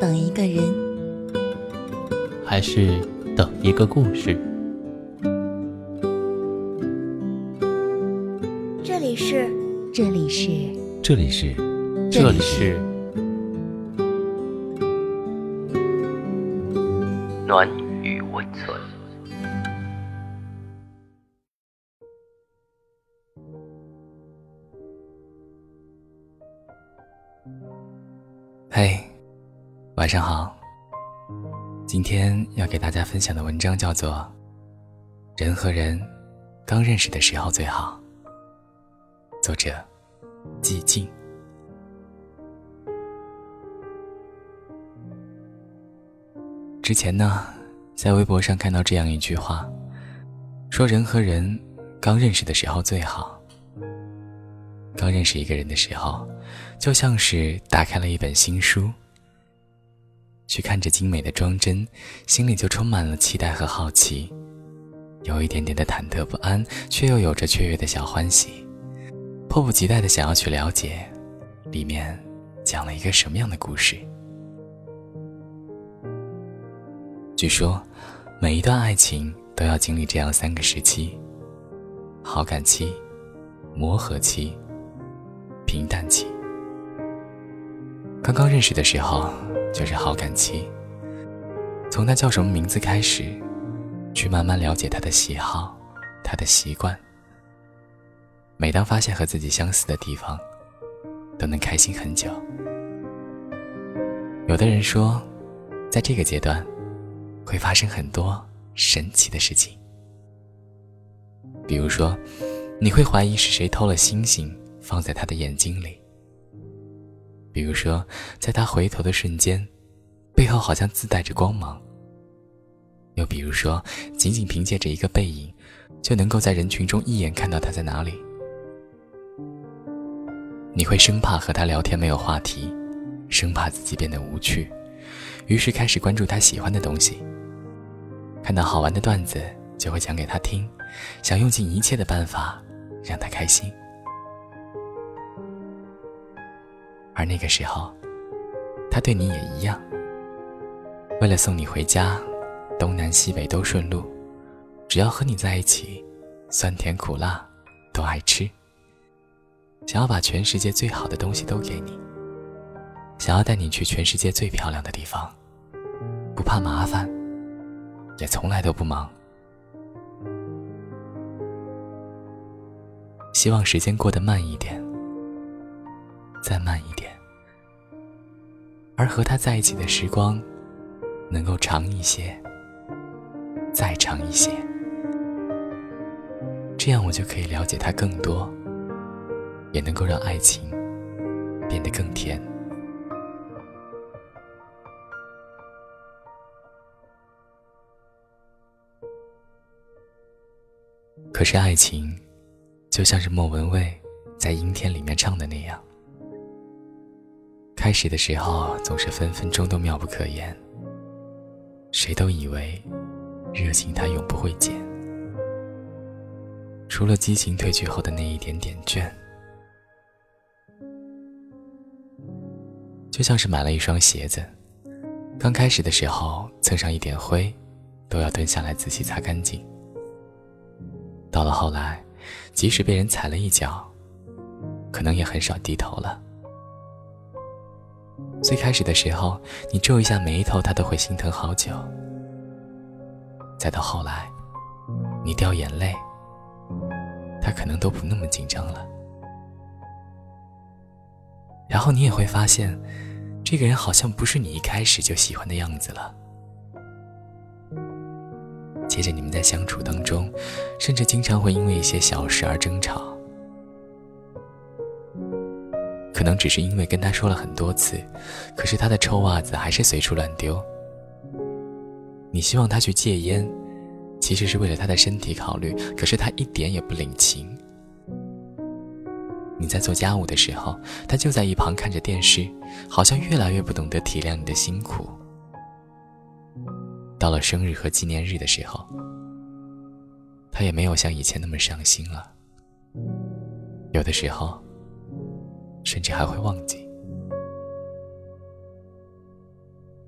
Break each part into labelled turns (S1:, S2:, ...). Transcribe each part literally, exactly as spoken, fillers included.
S1: 等一个人，
S2: 还是等一个故事？
S1: 这里是，这里是，
S3: 这里是，
S2: 这里是暖与温存。
S3: 嘿，晚上好。今天要给大家分享的文章叫做《人和人刚认识的时候最好》，作者寂静。之前呢，在微博上看到这样一句话，说人和人刚认识的时候最好。刚认识一个人的时候，就像是打开了一本新书，去看着精美的装帧，心里就充满了期待和好奇，有一点点的忐忑不安，却又有着雀跃的小欢喜，迫不及待地想要去了解里面讲了一个什么样的故事。据说每一段爱情都要经历这样三个时期：好感期、磨合期、平淡期。刚刚认识的时候就是好感期，从他叫什么名字开始，去慢慢了解他的喜好，他的习惯。每当发现和自己相似的地方，都能开心很久。有的人说，在这个阶段会发生很多神奇的事情，比如说你会怀疑是谁偷了星星放在他的眼睛里，比如说在他回头的瞬间，背后好像自带着光芒，又比如说仅仅凭借着一个背影，就能够在人群中一眼看到他在哪里。你会生怕和他聊天没有话题，生怕自己变得无趣，于是开始关注他喜欢的东西，看到好玩的段子就会讲给他听，想用尽一切的办法让他开心。而那个时候他对你也一样，为了送你回家，东南西北都顺路，只要和你在一起，酸甜苦辣都爱吃，想要把全世界最好的东西都给你，想要带你去全世界最漂亮的地方，不怕麻烦，也从来都不忙。希望时间过得慢一点，再慢一点，而和他在一起的时光能够长一些，再长一些，这样我就可以了解他更多，也能够让爱情变得更甜。可是爱情就像是莫文蔚在阴天里面唱的那样，开始的时候总是分分钟都妙不可言，谁都以为热情它永不会减，除了激情褪去后的那一点点倦。就像是买了一双鞋子，刚开始的时候蹭上一点灰都要蹲下来仔细擦干净，到了后来即使被人踩了一脚，可能也很少低头了。最开始的时候你皱一下眉头他都会心疼好久，再到后来你掉眼泪，他可能都不那么紧张了。然后你也会发现，这个人好像不是你一开始就喜欢的样子了。接着你们在相处当中，甚至经常会因为一些小事而争吵，可能只是因为跟他说了很多次，可是他的臭袜子还是随处乱丢。你希望他去戒烟，其实是为了他的身体考虑，可是他一点也不领情。你在做家务的时候，他就在一旁看着电视，好像越来越不懂得体谅你的辛苦。到了生日和纪念日的时候，他也没有像以前那么上心了，有的时候甚至还会忘记。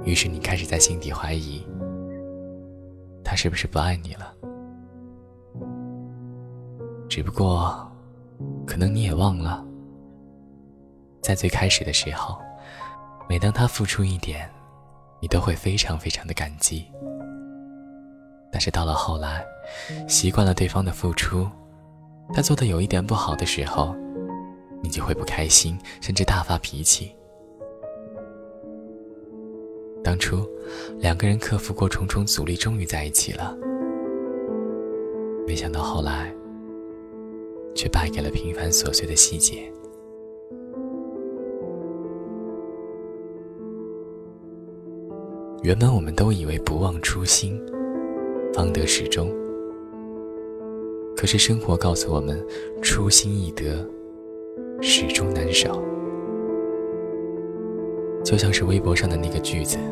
S3: 于是你开始在心底怀疑，他是不是不爱你了？只不过，可能你也忘了，在最开始的时候，每当他付出一点，你都会非常非常的感激。但是到了后来，习惯了对方的付出，他做的有一点不好的时候，你就会不开心，甚至大发脾气。当初两个人克服过重重阻力，终于在一起了，没想到后来却败给了平凡琐碎的细节。原本我们都以为不忘初心，方得始终。可是生活告诉我们，初心易得，始终难守。就像是微博上的那个句子，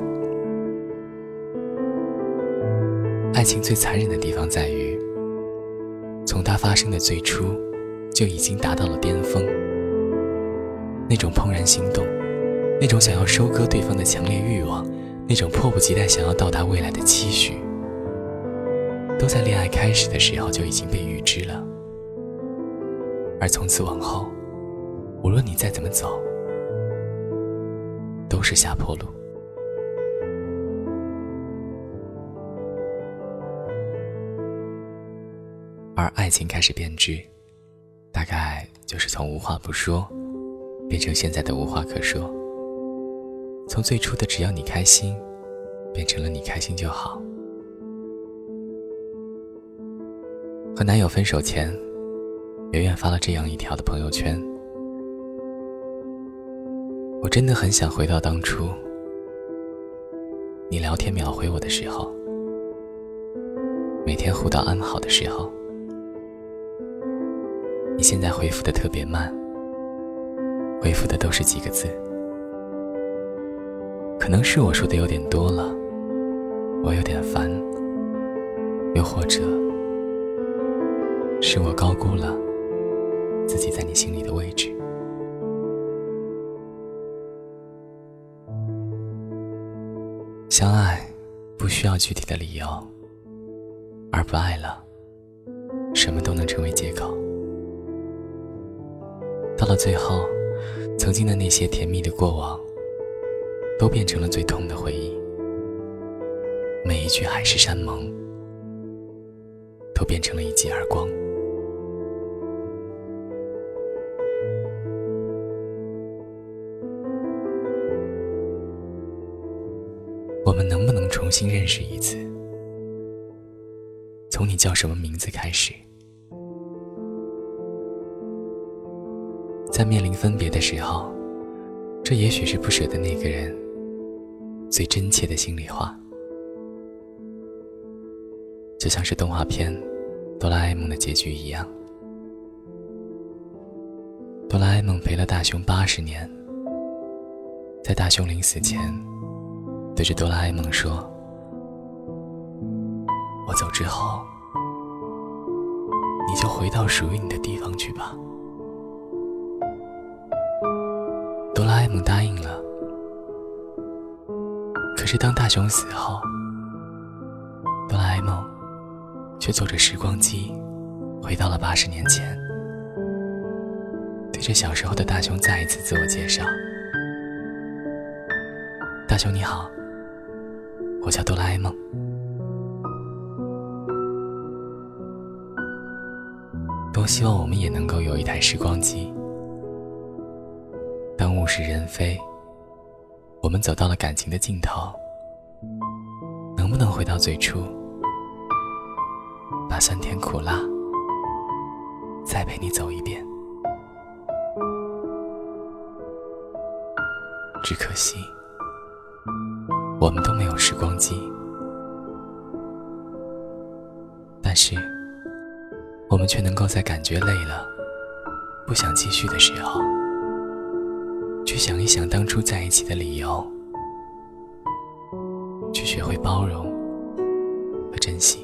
S3: 爱情最残忍的地方在于，从它发生的最初就已经达到了巅峰。那种怦然心动，那种想要收割对方的强烈欲望，那种迫不及待想要到达未来的期许，都在恋爱开始的时候就已经被预知了。而从此往后，无论你再怎么走，都是下坡路。而爱情开始变质，大概就是从无话不说变成现在的无话可说，从最初的只要你开心变成了你开心就好。和男友分手前，圆圆发了这样一条的朋友圈：我真的很想回到当初，你聊天秒回我的时候，每天互道安好的时候。你现在回复的特别慢，回复的都是几个字。可能是我说的有点多了，我有点烦，又或者是我高估了自己在你心里的位置。相爱不需要具体的理由，而不爱了，什么都能成为借口。到了最后，曾经的那些甜蜜的过往都变成了最痛的回忆，每一句海誓山盟都变成了一记耳光。我们能不能重新认识一次？从你叫什么名字开始。在面临分别的时候，这也许是不舍的那个人最真切的心里话。就像是动画片《哆啦 A 梦》的结局一样，哆啦 A 梦陪了大雄八十年，在大雄临死前对着哆啦 A 梦说，我走之后你就回到属于你的地方去吧。哆啦 A 梦答应了，可是当大雄死后，哆啦 A 梦却坐着时光机回到了八十年前，对着小时候的大雄再一次自我介绍，大雄你好，我叫哆啦 A 梦。多希望我们也能够有一台时光机，当物是人非，我们走到了感情的尽头，能不能回到最初，把酸甜苦辣再陪你走一遍？只可惜我们都没有时光机，但是我们却能够在感觉累了不想继续的时候，去想一想当初在一起的理由，去学会包容和珍惜。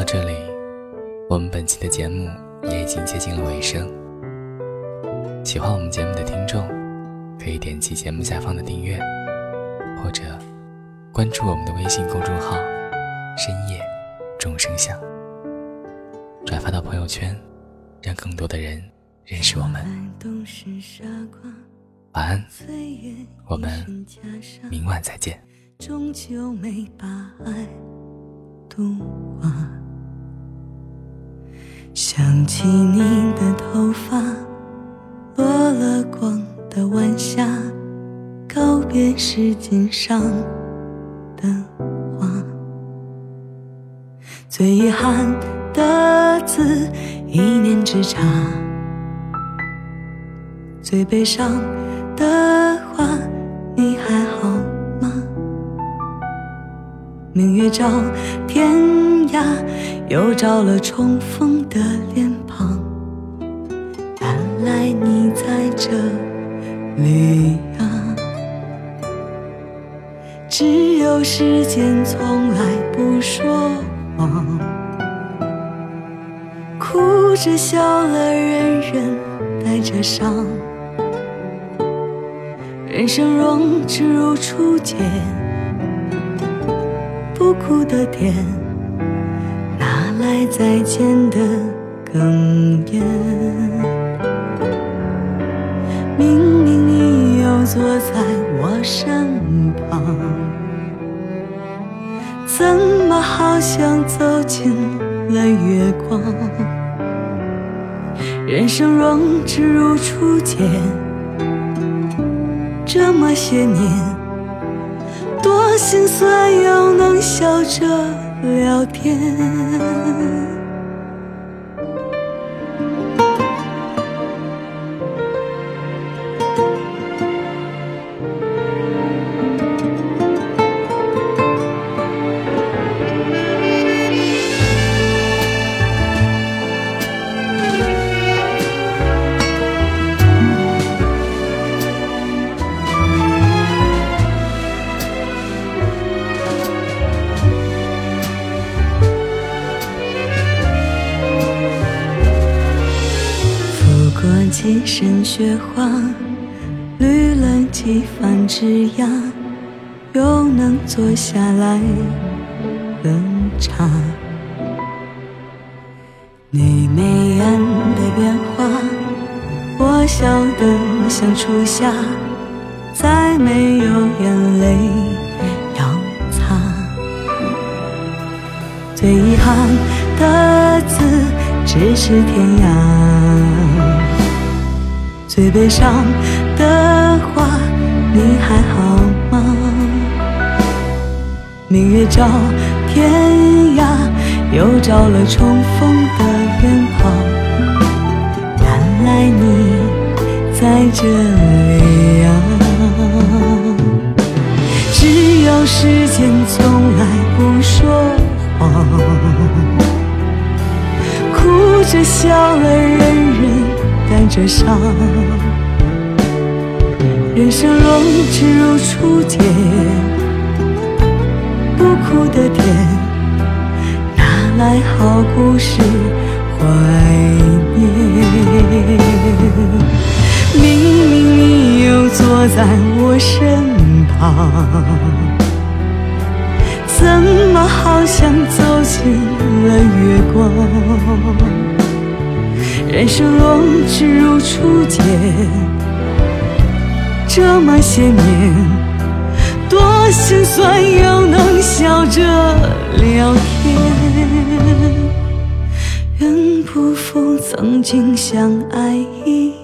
S3: 这里，我们本期的节目也已经接近了尾声。喜欢我们节目的听众，可以点击节目下方的订阅，或者关注我们的微信公众号深夜众生相，转发到朋友圈，让更多的人认识我们。晚安，我们明晚再见。
S1: 终究没把爱度完，想起你的头发落了光的晚霞，告别时间上的花，最遗憾的字一念之差，最悲伤的话你还好吗？明月照天涯，又照了重逢的脸庞，原来你在这里啊。只有时间从来不说谎，哭着笑了，人人带着伤，人生若只如初见，不哭的点，哪来再见的哽咽？明明你又坐在我身旁，怎么好像走进了月光？人生若只如初见，这么些年多心酸，又能笑着聊天。过几身雪花，绿了几番枝桠，又能坐下来喝茶。你眉眼的变化，我笑得像初夏，再没有眼泪要擦。最遗憾的字咫尺天涯，最悲伤的话你还好吗？明月照天涯，又照了重逢的脸庞，原来你在这里啊。只有时间从来不说谎，哭着笑了，人人带着伤。人生若只如初见，不哭的甜，哪来好故事怀念？明明你又坐在我身旁，怎么好像走进了月光？人生若只如初见，这么些年多心酸，又能笑着聊天。愿不负曾经相爱一